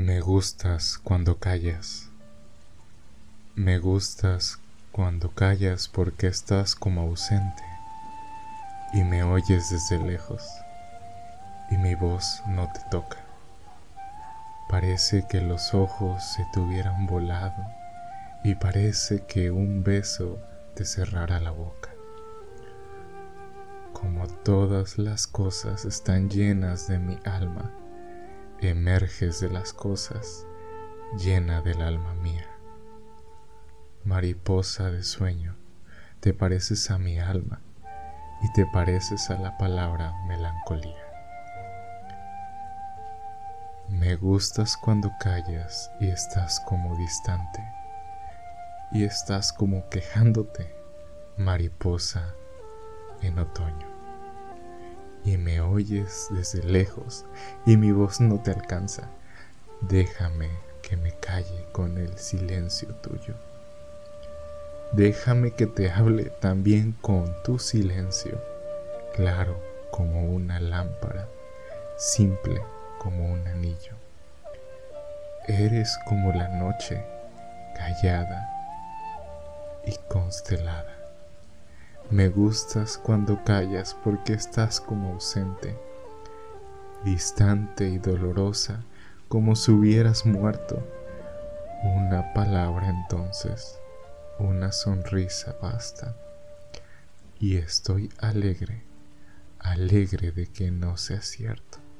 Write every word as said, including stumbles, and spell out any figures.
Me gustas cuando callas. Me gustas cuando callas porque estás como ausente y me oyes desde lejos y mi voz no te toca. Parece que los ojos se te hubieran volado y parece que un beso te cerrara la boca. Como todas las cosas están llenas de mi alma, emerges de las cosas, llena del alma mía. Mariposa de sueño, te pareces a mi alma y te pareces a la palabra melancolía. Me gustas cuando callas y estás como distante y estás como quejándote, mariposa en otoño. Y me oyes desde lejos y mi voz no te alcanza. Déjame que me calle con el silencio tuyo. Déjame que te hable también con tu silencio, claro como una lámpara, simple como un anillo. Eres como la noche, callada y constelada. Me gustas cuando callas porque estás como ausente, distante y dolorosa, como si hubieras muerto. Una palabra entonces, una sonrisa basta, y estoy alegre, alegre de que no sea cierto.